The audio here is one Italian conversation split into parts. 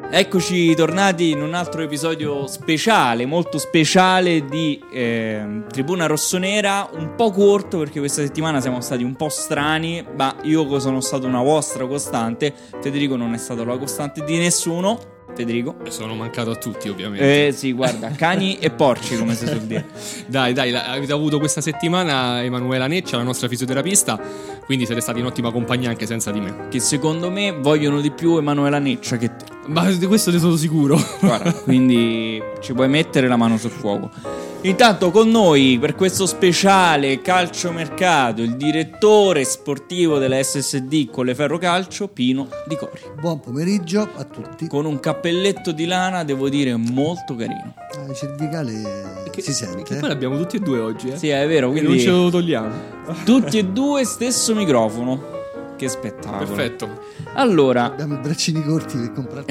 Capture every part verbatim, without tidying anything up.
Eccoci tornati in un altro episodio speciale, molto speciale di eh, Tribuna Rossonera, un po' corto perché questa settimana siamo stati un po' strani, ma io sono stato una vostra costante, Federico non è stato la costante di nessuno. Federico? E sono mancato a tutti, ovviamente. Eh sì, guarda, cani e porci, come si suol dire. Dai, dai, avete avuto questa settimana Emanuela Neccia, la nostra fisioterapista, quindi siete stati in ottima compagnia anche senza di me. Che secondo me vogliono di più Emanuela Neccia che te. Ma di questo ne sono sicuro. Guarda, quindi ci puoi mettere la mano sul fuoco. Intanto con noi per questo speciale calciomercato il direttore sportivo della S S D Colleferro Calcio, Pino Di Cori. Buon pomeriggio a tutti. Con un cappelletto di lana, devo dire, molto carino. Ah, il cervicale che, si sente. Che poi l'abbiamo tutti e due oggi, eh? Sì, è vero, quindi non ce lo togliamo. Tutti e due stesso microfono. Che spettacolo. Perfetto. Allora, abbiamo i braccini corti per comprare.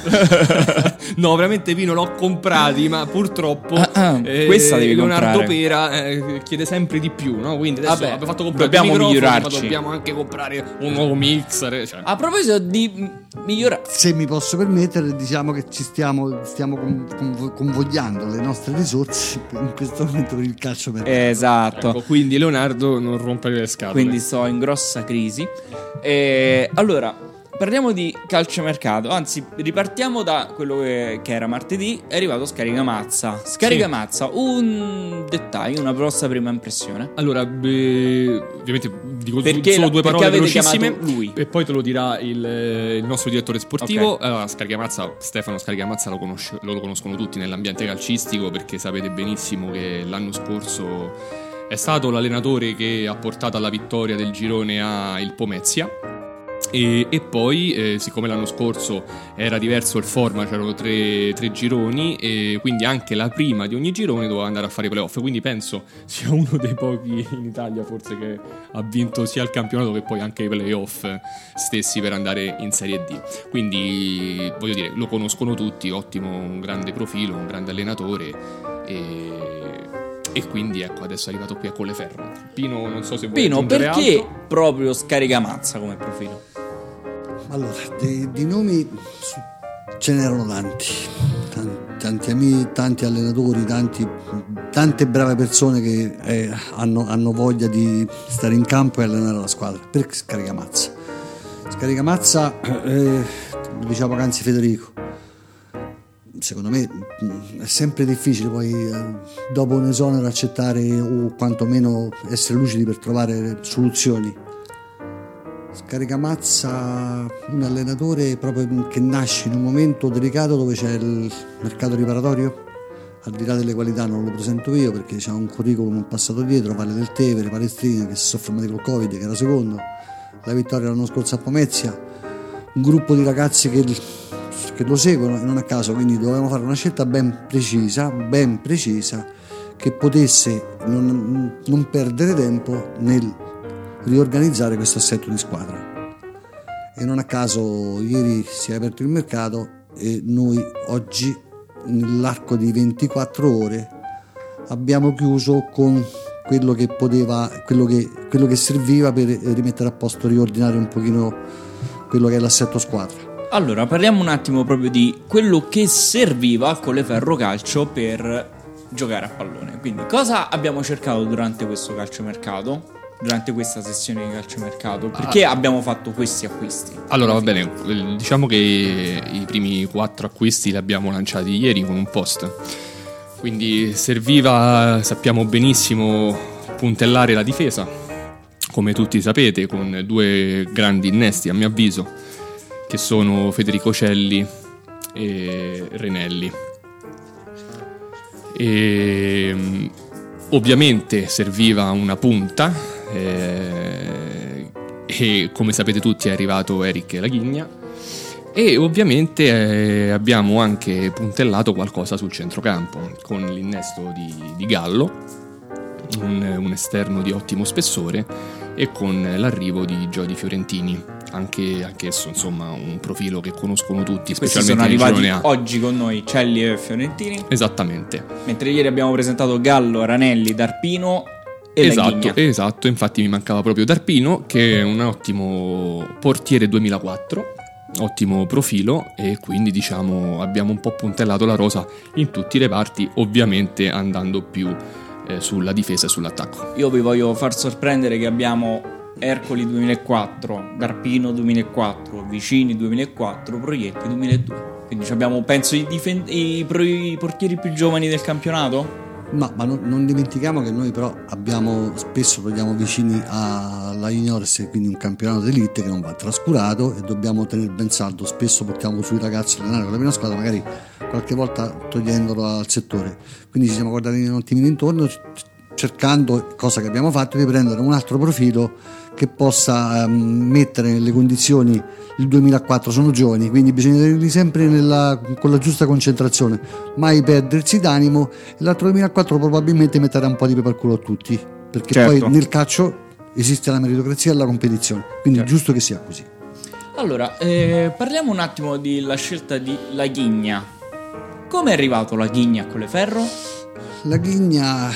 No, veramente Pino l'ho comprati, ma purtroppo ah, ah, eh, questa devi Leonardo comprare. Pera eh, chiede sempre di più, no? Quindi adesso Vabbè, abbiamo fatto comprare dobbiamo microfoni, migliorarci. ma dobbiamo anche comprare un nuovo mixer, cioè. A proposito di migliorare, se mi posso permettere, diciamo che ci stiamo stiamo conv- convogliando le nostre risorse in questo momento per il calcio mercato. Esatto. Ecco, quindi Leonardo non rompere le scatole. Quindi sto in grossa crisi. E allora, parliamo di calciomercato. Anzi, ripartiamo da quello che, che era martedì. È arrivato Scaricamazza. Scaricamazza, sì. Un dettaglio, una vostra prima impressione. Allora, beh, ovviamente dico perché solo la, due parole velocissime lui. E poi te lo dirà il, il nostro direttore sportivo. Okay. Allora, Scaricamazza, Stefano Scaricamazza lo, conosce, lo conoscono tutti nell'ambiente calcistico, perché sapete benissimo che l'anno scorso è stato l'allenatore che ha portato alla vittoria del girone a il Pomezia. E, e poi, eh, siccome l'anno scorso era diverso il format, c'erano tre, tre gironi, e quindi anche la prima di ogni girone doveva andare a fare i playoff. Quindi penso sia uno dei pochi in Italia forse che ha vinto sia il campionato che poi anche i playoff stessi per andare in Serie D. Quindi voglio dire, lo conoscono tutti, ottimo, un grande profilo, un grande allenatore. E... E quindi ecco, adesso è arrivato qui a Colleferro. Pino, non so se vuoi Pino, aggiungere perché altro. proprio Scaricamazza come profilo? Allora, di, di nomi ce n'erano tanti, tanti, tanti amici, tanti allenatori, tanti, tante brave persone che eh, hanno, hanno voglia di stare in campo e allenare la squadra. Perché Scaricamazza? Scaricamazza, eh, lo diceva poc'anzi Federico. Secondo me è sempre difficile poi eh, dopo un esonero accettare o quantomeno essere lucidi per trovare soluzioni. Scaricamazza, un allenatore proprio che nasce in un momento delicato dove c'è il mercato riparatorio. Al di là delle qualità non lo presento io perché c'è un curriculum un passato dietro, Valle del Tevere, Palestrina che si sono fermati col Covid, che era secondo, la vittoria l'anno scorso a Pomezia, un gruppo di ragazzi che che lo seguono e non a caso, quindi dovevamo fare una scelta ben precisa, ben precisa, che potesse non, non perdere tempo nel riorganizzare questo assetto di squadra. E non a caso ieri si è aperto il mercato e noi oggi nell'arco di ventiquattro ore abbiamo chiuso con quello che poteva, quello che, quello che serviva per rimettere a posto, riordinare un pochino quello che è l'assetto squadra. Allora, parliamo un attimo proprio di quello che serviva al Colleferro Calcio per giocare a pallone. Quindi, cosa abbiamo cercato durante questo calciomercato? Durante questa sessione di calciomercato? Perché ah. abbiamo fatto questi acquisti? Allora, va bene, diciamo che i primi quattro acquisti li abbiamo lanciati ieri con un post. Quindi serviva, sappiamo benissimo, puntellare la difesa, come tutti sapete, con due grandi innesti, a mio avviso, che sono Federico Celli e Renelli. E ovviamente serviva una punta eh, e come sapete tutti è arrivato Eric Laghigna e ovviamente eh, abbiamo anche puntellato qualcosa sul centrocampo con l'innesto di, di Gallo, un, un esterno di ottimo spessore, e con l'arrivo di Giodi Fiorentini, anche anch'esso insomma un profilo che conoscono tutti, questi specialmente sono nel girone arrivati A. oggi con noi Celli e Fiorentini, esattamente, mentre ieri abbiamo presentato Gallo, Ranelli, Darpino e esatto, Laghigna. esatto, infatti mi mancava proprio Darpino, che è un ottimo portiere duemilaquattro, ottimo profilo, e quindi diciamo abbiamo un po' puntellato la rosa in tutti i reparti, ovviamente andando più eh, sulla difesa e sull'attacco. Io vi voglio far sorprendere che abbiamo Ercoli duemilaquattro, Garpino duemilaquattro, Vicini duemilaquattro, Proietti duemiladue. Quindi abbiamo, penso, i, difen- i, pro- i portieri più giovani del campionato. Ma, ma non, non dimentichiamo che noi però abbiamo, spesso togliamo Vicini alla Juniores, quindi un campionato d'elite che non va trascurato, e dobbiamo tenere ben saldo. Spesso portiamo sui ragazzi a allenare con la prima squadra, magari qualche volta togliendolo al settore. Quindi ci siamo guardati un attimino intorno, cercando, cosa che abbiamo fatto, di prendere un altro profilo che possa um, mettere nelle condizioni. Il duemilaquattro sono giovani, quindi bisogna tenerli sempre nella, con la giusta concentrazione, mai perdersi d'animo, e l'altro duemilaquattro probabilmente metterà un po' di pepe al culo a tutti, perché certo. Poi nel calcio esiste la meritocrazia e la competizione, quindi certo. È giusto che sia così. Allora, eh, parliamo un attimo della scelta di Laghigna. Come è arrivato Laghigna a Colleferro? Laghigna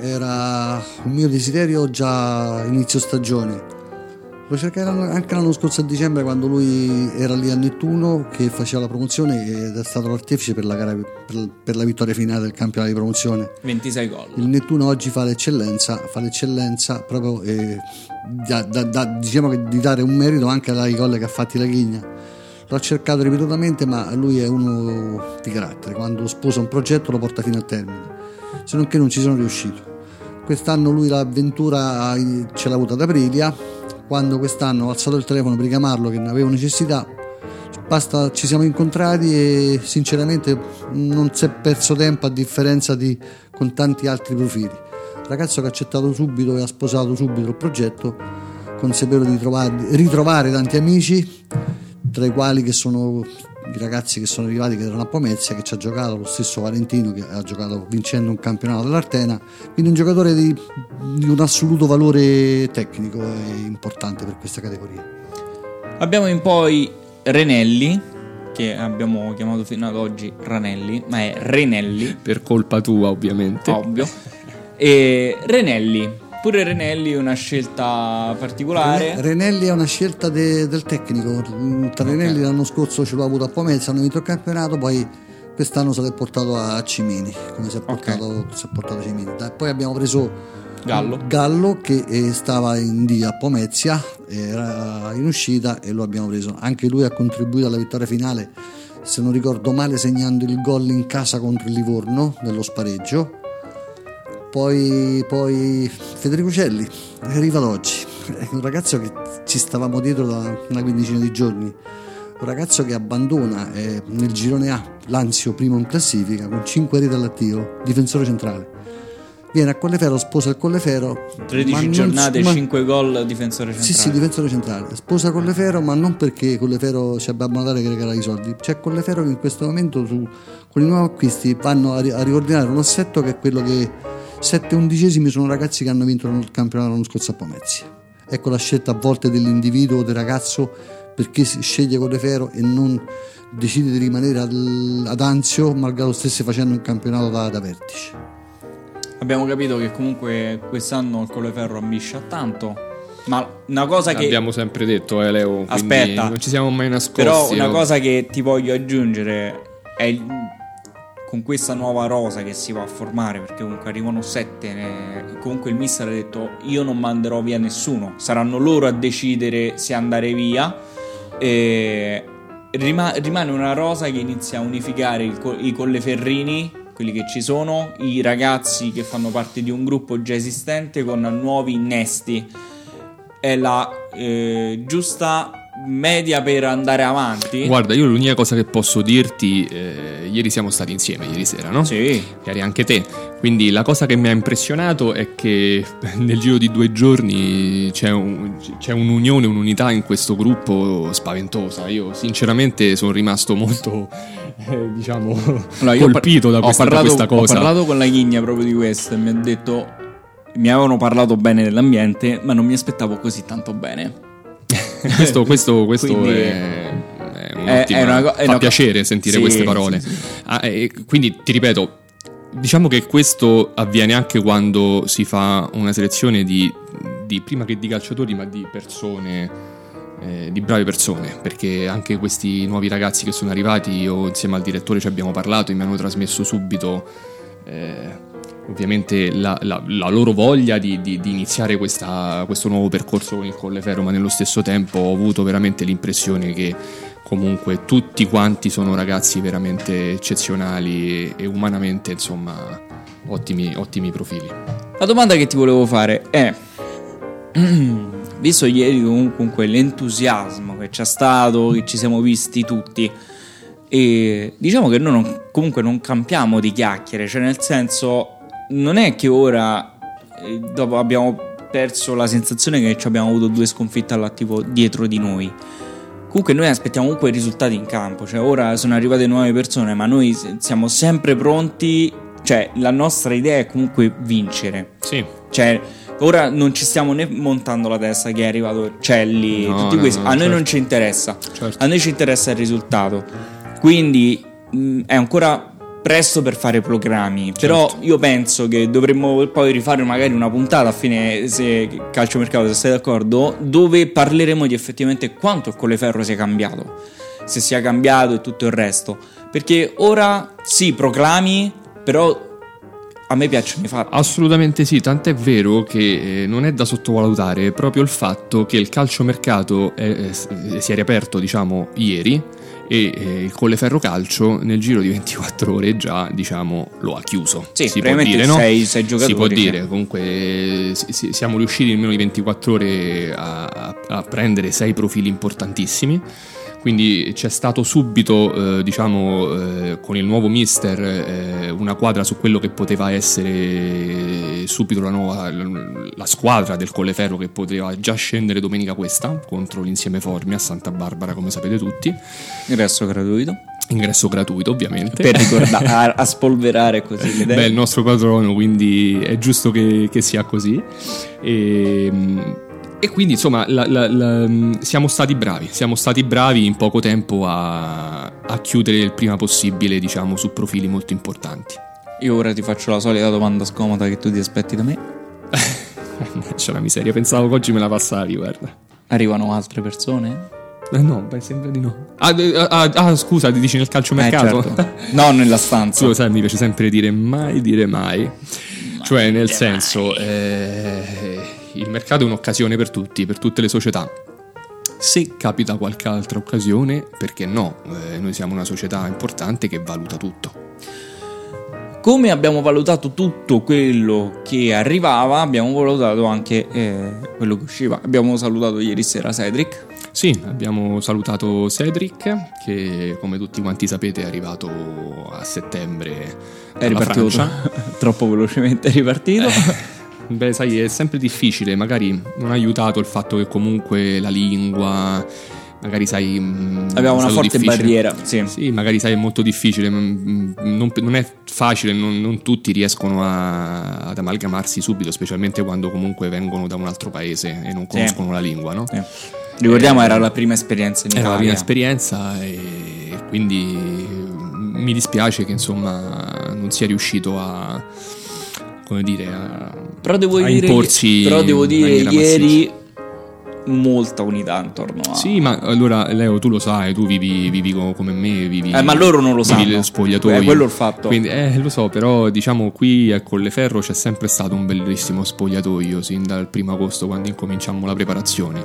era un mio desiderio già inizio stagione. Lo cercai anche l'anno scorso a dicembre, quando lui era lì a Nettuno che faceva la promozione, ed è stato l'artefice per la gara, per, per la vittoria finale del campionato di promozione. ventisei gol. Il Nettuno oggi fa l'eccellenza, fa l'eccellenza proprio eh, da, da, da, diciamo che di dare un merito anche ai gol che ha fatti Laghigna. L'ho cercato ripetutamente, ma lui è uno di carattere, quando sposa un progetto lo porta fino al termine, se non che non ci sono riuscito. Quest'anno lui l'avventura ce l'ha avuta ad Aprilia. Quando quest'anno ho alzato il telefono per chiamarlo, che ne avevo necessità, basta, ci siamo incontrati e sinceramente non si è perso tempo, a differenza di con tanti altri profili. Ragazzo che ha accettato subito e ha sposato subito il progetto, consapevole di trovare, ritrovare tanti amici, tra i quali che sono i ragazzi che sono arrivati, che erano a Pomezia, che ci ha giocato, lo stesso Valentino che ha giocato vincendo un campionato dell'Artena, quindi un giocatore di, di un assoluto valore tecnico e importante per questa categoria. Abbiamo in poi Renelli, che abbiamo chiamato fino ad oggi Ranelli, ma è Renelli per colpa tua ovviamente, ovvio. E Renelli, pure Renelli è una scelta particolare. Renelli è una scelta de, del tecnico. Tra Renelli okay. L'anno scorso ce l'ho avuto a Pomezia, hanno vinto il campionato, poi quest'anno se l'è portato a Cimini, come si è portato, okay. si è portato a Cimini. Poi abbiamo preso Gallo, Gallo che stava in D a Pomezia, era in uscita e lo abbiamo preso. Anche lui ha contribuito alla vittoria finale, se non ricordo male, segnando il gol in casa contro il Livorno nello spareggio. Poi, poi Federico Celli arriva ad oggi, è un ragazzo che ci stavamo dietro da una quindicina di giorni, un ragazzo che abbandona eh, nel girone A Lazio primo in classifica con cinque reti all'attivo, difensore centrale, viene a Colleferro, sposa il Colleferro, tredici giornate, ma... cinque gol, difensore centrale. Sì, sì, difensore centrale, sposa Colleferro, ma non perché Colleferro ci abbia abbandonato che regala i soldi, c'è Colleferro che in questo momento su, con i nuovi acquisti vanno a, ri- a riordinare un assetto che è quello che sette undicesimi sono ragazzi che hanno vinto il campionato l'anno scorso a Pomezia. Ecco la scelta a volte dell'individuo, del ragazzo, perché si sceglie Colleferro e non decide di rimanere ad, ad Anzio, malgrado stesse facendo un campionato da, da vertice. Abbiamo capito che comunque quest'anno il Colleferro ambisce a tanto, ma una cosa che abbiamo sempre detto, eh Leo, aspetta, non ci siamo mai nascosti. Però una oh. cosa che ti voglio aggiungere è il... con questa nuova rosa che si va a formare, perché comunque arrivano sette, ne... comunque il mister ha detto io non manderò via nessuno, saranno loro a decidere se andare via, e Rima... rimane una rosa che inizia a unificare il co... i colleferrini, quelli che ci sono, i ragazzi che fanno parte di un gruppo già esistente con nuovi innesti. È la eh, giusta media per andare avanti. Guarda, io l'unica cosa che posso dirti, eh, ieri siamo stati insieme ieri sera, no? Sì. Che eri anche te. Quindi la cosa che mi ha impressionato è che nel giro di due giorni c'è, un, c'è un'unione, un'unità in questo gruppo spaventosa. Io sinceramente sono rimasto molto eh, diciamo allora, colpito par- da, questa, parlato, da questa cosa. Ho parlato con Laghigna proprio di questo e mi ha detto, mi avevano parlato bene dell'ambiente, ma non mi aspettavo così tanto bene. questo questo, questo quindi, è, è un è, ottimo, è una, è fa una, piacere sentire sì, queste parole. Sì, sì. Ah, e quindi ti ripeto, diciamo che questo avviene anche quando si fa una selezione di, di prima che di calciatori, ma di persone eh, di brave persone, perché anche questi nuovi ragazzi che sono arrivati, io insieme al direttore ci abbiamo parlato e mi hanno trasmesso subito eh, ovviamente la, la, la loro voglia di, di, di iniziare questa, questo nuovo percorso con il Colleferro, ma nello stesso tempo ho avuto veramente l'impressione che comunque tutti quanti sono ragazzi veramente eccezionali e, e umanamente, insomma, ottimi, ottimi profili. La domanda che ti volevo fare è, visto ieri comunque l'entusiasmo che c'è stato, che ci siamo visti tutti, e diciamo che noi non, comunque non campiamo di chiacchiere, cioè nel senso, non è che ora eh, dopo abbiamo perso la sensazione che ci abbiamo avuto due sconfitte all'attivo dietro di noi. Comunque noi aspettiamo comunque i risultati in campo, cioè ora sono arrivate nuove persone, ma noi siamo sempre pronti, cioè la nostra idea è comunque vincere. Sì. Cioè ora non ci stiamo né montando la testa che è arrivato Celli, no, tutti no, questi, no, a noi certo. non ci interessa, Certo. a noi ci interessa il risultato, quindi mh, è ancora presto per fare programmi, Certo. però io penso che dovremmo poi rifare magari una puntata a fine se calciomercato, se stai d'accordo, dove parleremo di effettivamente quanto il Colleferro sia cambiato, se sia cambiato e tutto il resto, perché ora sì, proclami, però a me piacciono i fatti. Assolutamente sì, tant'è vero che eh, non è da sottovalutare proprio il fatto che il calciomercato è, è, si è riaperto, diciamo, ieri, e eh, il Colleferro Calcio nel giro di ventiquattro ore già, diciamo, lo ha chiuso. Sì, si può dire, no? sei, sei giocatori. Si può sì. dire, comunque eh, si, siamo riusciti in meno di ventiquattro ore a, a, a prendere sei profili importantissimi. Quindi c'è stato subito, eh, diciamo, eh, con il nuovo mister eh, una quadra su quello che poteva essere subito la nuova la, la squadra del Colleferro, che poteva già scendere domenica questa contro l'Insieme Formia a Santa Barbara, come sapete tutti. Ingresso gratuito. Ingresso gratuito, ovviamente. Per ricordare, a, a spolverare così le idee. Beh, il nostro patrono, quindi è giusto che, che sia così. E... E quindi insomma la, la, la, siamo stati bravi, siamo stati bravi in poco tempo a, a chiudere il prima possibile, diciamo, su profili molto importanti. Io ora ti faccio la solita domanda scomoda che tu ti aspetti da me. C'è la miseria, pensavo che oggi me la passavi, guarda. Arrivano altre persone? Eh no, beh, sembra di no. Ah, ah, ah scusa, ti dici nel calciomercato? Eh, certo. No, nella stanza. Tu lo sai, mi piace sempre dire mai dire mai, mai cioè nel senso... Eh, il mercato è un'occasione per tutti, per tutte le società. Se capita qualche altra occasione, perché no? Eh, noi siamo una società importante che valuta tutto. Come abbiamo valutato tutto quello che arrivava, abbiamo valutato anche eh, quello che usciva. Abbiamo salutato ieri sera Cedric. Sì, abbiamo salutato Cedric, che come tutti quanti sapete è arrivato a settembre È ripartito troppo velocemente, è ripartito. Eh. Beh, sai, è sempre difficile, magari non ha aiutato il fatto che comunque la lingua, magari sai... Abbiamo una forte difficile. barriera, sì. Sì, magari sai, è molto difficile, non, non è facile, non, non tutti riescono a, ad amalgamarsi subito, specialmente quando comunque vengono da un altro paese e non conoscono sì. la lingua, no? Sì. Ricordiamo, eh, era la prima esperienza in era Italia. Era la prima esperienza e quindi mi dispiace che insomma non sia riuscito a... come dire, a, però devo a dire, imporsi. Però devo dire ieri massiccia. Molta unità intorno a... Sì, ma allora Leo, tu lo sai, tu vivi, vivi come me, vivi... Eh, ma loro non lo sanno. Vivi lo spogliatoio. Eh, quello è il fatto. Quindi, eh, lo so, però diciamo qui a Colleferro c'è sempre stato un bellissimo spogliatoio sin dal primo agosto, quando incominciamo la preparazione.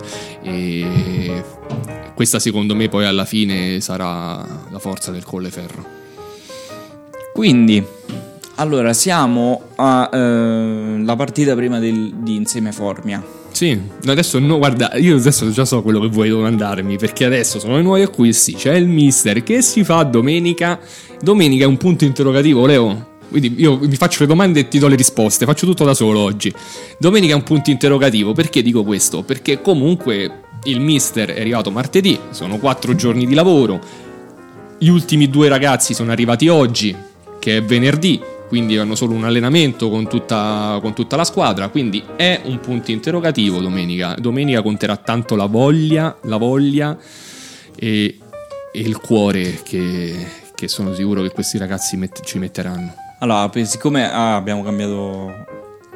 E questa secondo me poi alla fine sarà la forza del Colleferro. Quindi... allora, siamo alla eh, partita prima del, di Insieme Formia. Sì, adesso no, guarda, io adesso già so quello che vuoi domandarmi, perché adesso sono i nuovi acquisti, c'è il mister che si fa domenica. Domenica è un punto interrogativo, Leo. Quindi io mi faccio le domande e ti do le risposte, faccio tutto da solo oggi. Domenica è un punto interrogativo, perché dico questo? Perché comunque il mister è arrivato martedì, sono quattro giorni di lavoro, gli ultimi due ragazzi sono arrivati oggi, che è venerdì, quindi hanno solo un allenamento con tutta, con tutta la squadra, quindi è un punto interrogativo domenica. Domenica conterà tanto la voglia, la voglia e, e il cuore che, che sono sicuro che questi ragazzi met- ci metteranno. Allora, siccome ah, abbiamo cambiato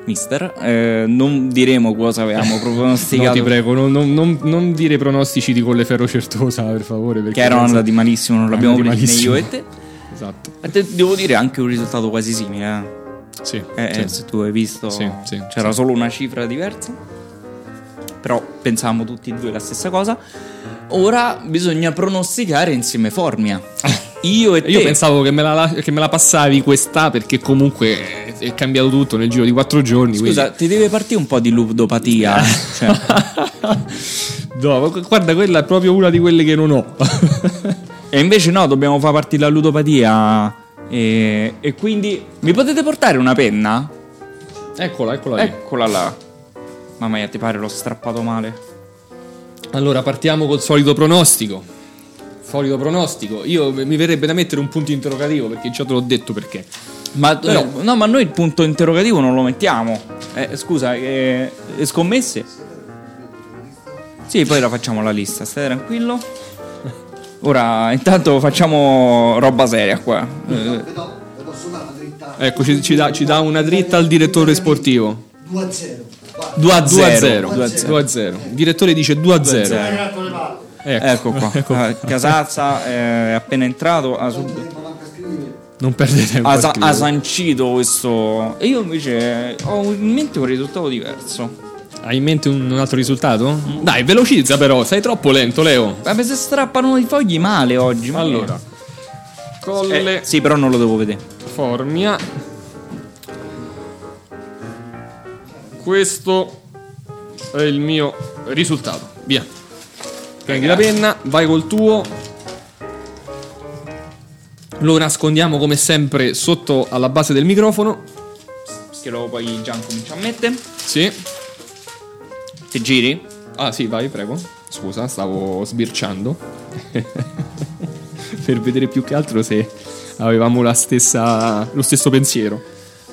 mister, eh, non diremo cosa avevamo pronosticato. No, ti prego, non, non, non, non dire pronostici di Colleferro Certosa, per favore, perché che erano penso... andati malissimo, non l'abbiamo andati preso né io malissimo. e te. Esatto. E te devo dire anche un risultato quasi simile, eh. Sì, Eh, sì. se tu hai visto, Sì, sì, c'era sì. solo una cifra diversa, però pensavamo tutti e due la stessa cosa. Ora bisogna pronosticare insieme Formia. Io e te. Io pensavo che me, la, che me la passavi questa, perché comunque è, è cambiato tutto nel giro di quattro giorni. Scusa, ti deve partire un po' di ludopatia. Cioè, quindi... no, guarda, quella è proprio una di quelle che non ho. e invece no, dobbiamo far partire la ludopatia. E, e quindi mi potete portare una penna? Eccola, eccola lì. Eccola là. Mamma mia, ti pare l'ho strappato male? Allora, partiamo col solito pronostico. Solito pronostico. Io mi verrebbe da mettere un punto interrogativo, perché già te l'ho detto perché. Ma Però- eh, no, ma noi il punto interrogativo non lo mettiamo. Eh, scusa, eh, eh, scommesse? Sì, poi la facciamo la lista, stai tranquillo. Ora, intanto facciamo roba seria qua. Eh, Le posso dare una dritta? Ecco, ci, ci dà, ci dà una dritta al direttore sportivo. due a zero. Vai. due a due a zero. zero. due a zero. Il direttore dice due a zero. zero. Ragazzi, le palle. Ecco qua. Ah, Casazza è appena entrato. Ha, sub- Tempo manca a scrivere. Non perde tempo. ha a sa- scrivere. ha sancito questo. E io invece ho in mente un risultato diverso. Hai in mente un, un altro risultato? Dai, velocizza però, sei troppo lento, Leo. Ma se strappano i fogli male oggi. Ma Allora, che- Colle Eh, sì, però non lo devo vedere. Formia. Questo è il mio risultato. Via. Prendi la penna, vai col tuo. Lo nascondiamo come sempre sotto alla base del microfono. Che lo poi Gian comincia a mettere. Sì. Ti giri? Ah sì, vai, prego. Scusa, stavo sbirciando. Per vedere più che altro se avevamo la stessa, lo stesso pensiero.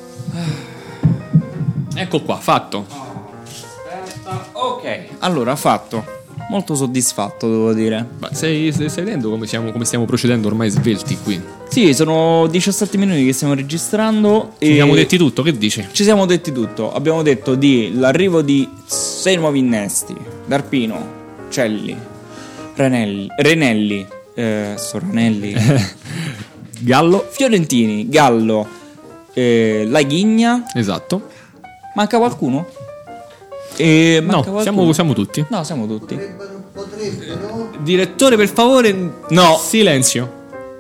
Ecco qua, fatto. Aspetta. Ok. Allora, fatto. Molto soddisfatto, devo dire. Ma stai, stai vedendo come, siamo, come stiamo procedendo ormai svelti qui? Sì, sono diciassette minuti che stiamo registrando. Ci e siamo detti tutto, che dici? Ci siamo detti tutto. Abbiamo detto di l'arrivo di sei nuovi innesti: Darpino, Celli, Ranelli, Renelli, eh, Soranelli, Gallo. Fiorentini, Gallo, eh, La Ghigna. Esatto. Manca qualcuno? E No, manca qualcuno? siamo, siamo tutti. No, siamo tutti. Potrebbero, potrebbero. Direttore, per favore, No. silenzio.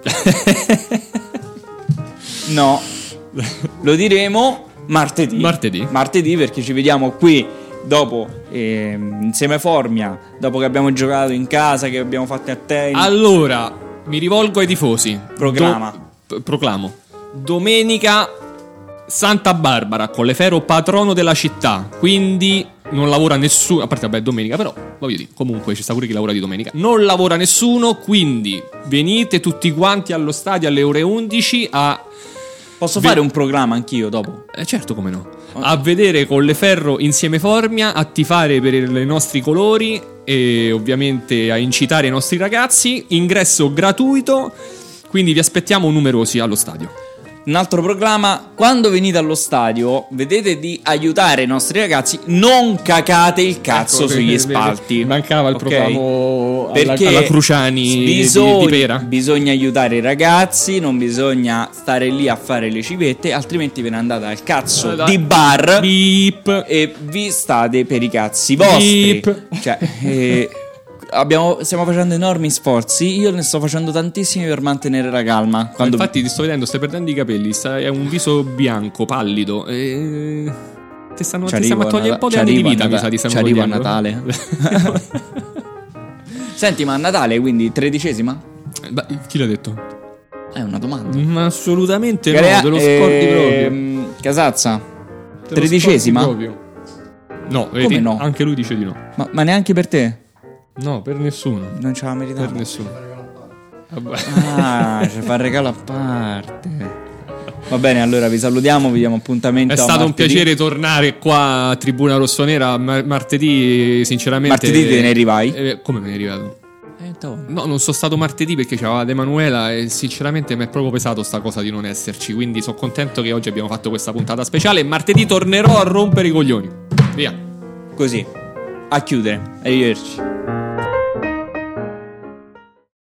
No, lo diremo martedì. Martedì. Martedì, perché ci vediamo qui dopo, ehm, insieme Formia, dopo che abbiamo giocato in casa, che abbiamo fatto a tennis. Allora, mi rivolgo ai tifosi. Proclama. Do- proclamo. Domenica Santa Barbara, Colleferro patrono della città. Quindi non lavora nessuno. A parte, vabbè, domenica, però voglio dire, comunque ci sta pure chi lavora di domenica. Non lavora nessuno, quindi venite tutti quanti allo stadio alle ore undici a. Posso Ve- fare un programma anch'io dopo? Eh, certo, come no. A vedere Colleferro insieme Formia, a tifare per i nostri colori e ovviamente a incitare i nostri ragazzi. Ingresso gratuito, quindi vi aspettiamo numerosi allo stadio. Un altro programma: quando venite allo stadio, vedete di aiutare i nostri ragazzi, non cacate il cazzo Ecco, sugli vedi, spalti. mancava il Ok? proclamo alla, Perché alla Cruciani di- bisogna, di Pera. bisogna aiutare i ragazzi, non bisogna stare lì a fare le civette, altrimenti ve ne andate al cazzo Allora, di bar Beep. e vi state per i cazzi vostri. Beep. Cioè, eh, abbiamo, stiamo facendo enormi sforzi. Io ne sto facendo tantissimi per mantenere la calma. Quando Infatti ti sto vedendo, stai perdendo i capelli, stai- è un viso bianco, pallido. E... Ti stanno, Ci ti stiamo a arrivo a togliere un po' di Nata- anni di ci vita, arrivo mi a sa, ti Nata- stanno ci arrivo a togliendo. Natale. Senti, ma a Natale quindi tredicesima? Beh, chi l'ha detto? È una domanda. Ma assolutamente Galea- no, te lo scordi proprio. ehm, Casazza, Te lo tredicesima? scordi proprio. No, vedi? Come no? Anche lui dice di no. Ma, ma neanche per te? No, per nessuno. Non ce la Per meritavo. nessuno. Vabbè. Ah, ci fa il regalo a parte. Va bene, allora vi salutiamo, vi diamo appuntamento È a stato un martedì. piacere tornare qua a Tribuna Rossonera. Ma- martedì, sinceramente. Martedì te ne arrivai? Eh, come me ne è arrivato? Eh, tanta voglia. No, non sono stato martedì perché c'aveva Emanuela e sinceramente mi è proprio pesato sta cosa di non esserci, quindi sono contento che oggi abbiamo fatto questa puntata speciale e martedì tornerò a rompere i coglioni. Via. Così, a chiudere, arrivederci.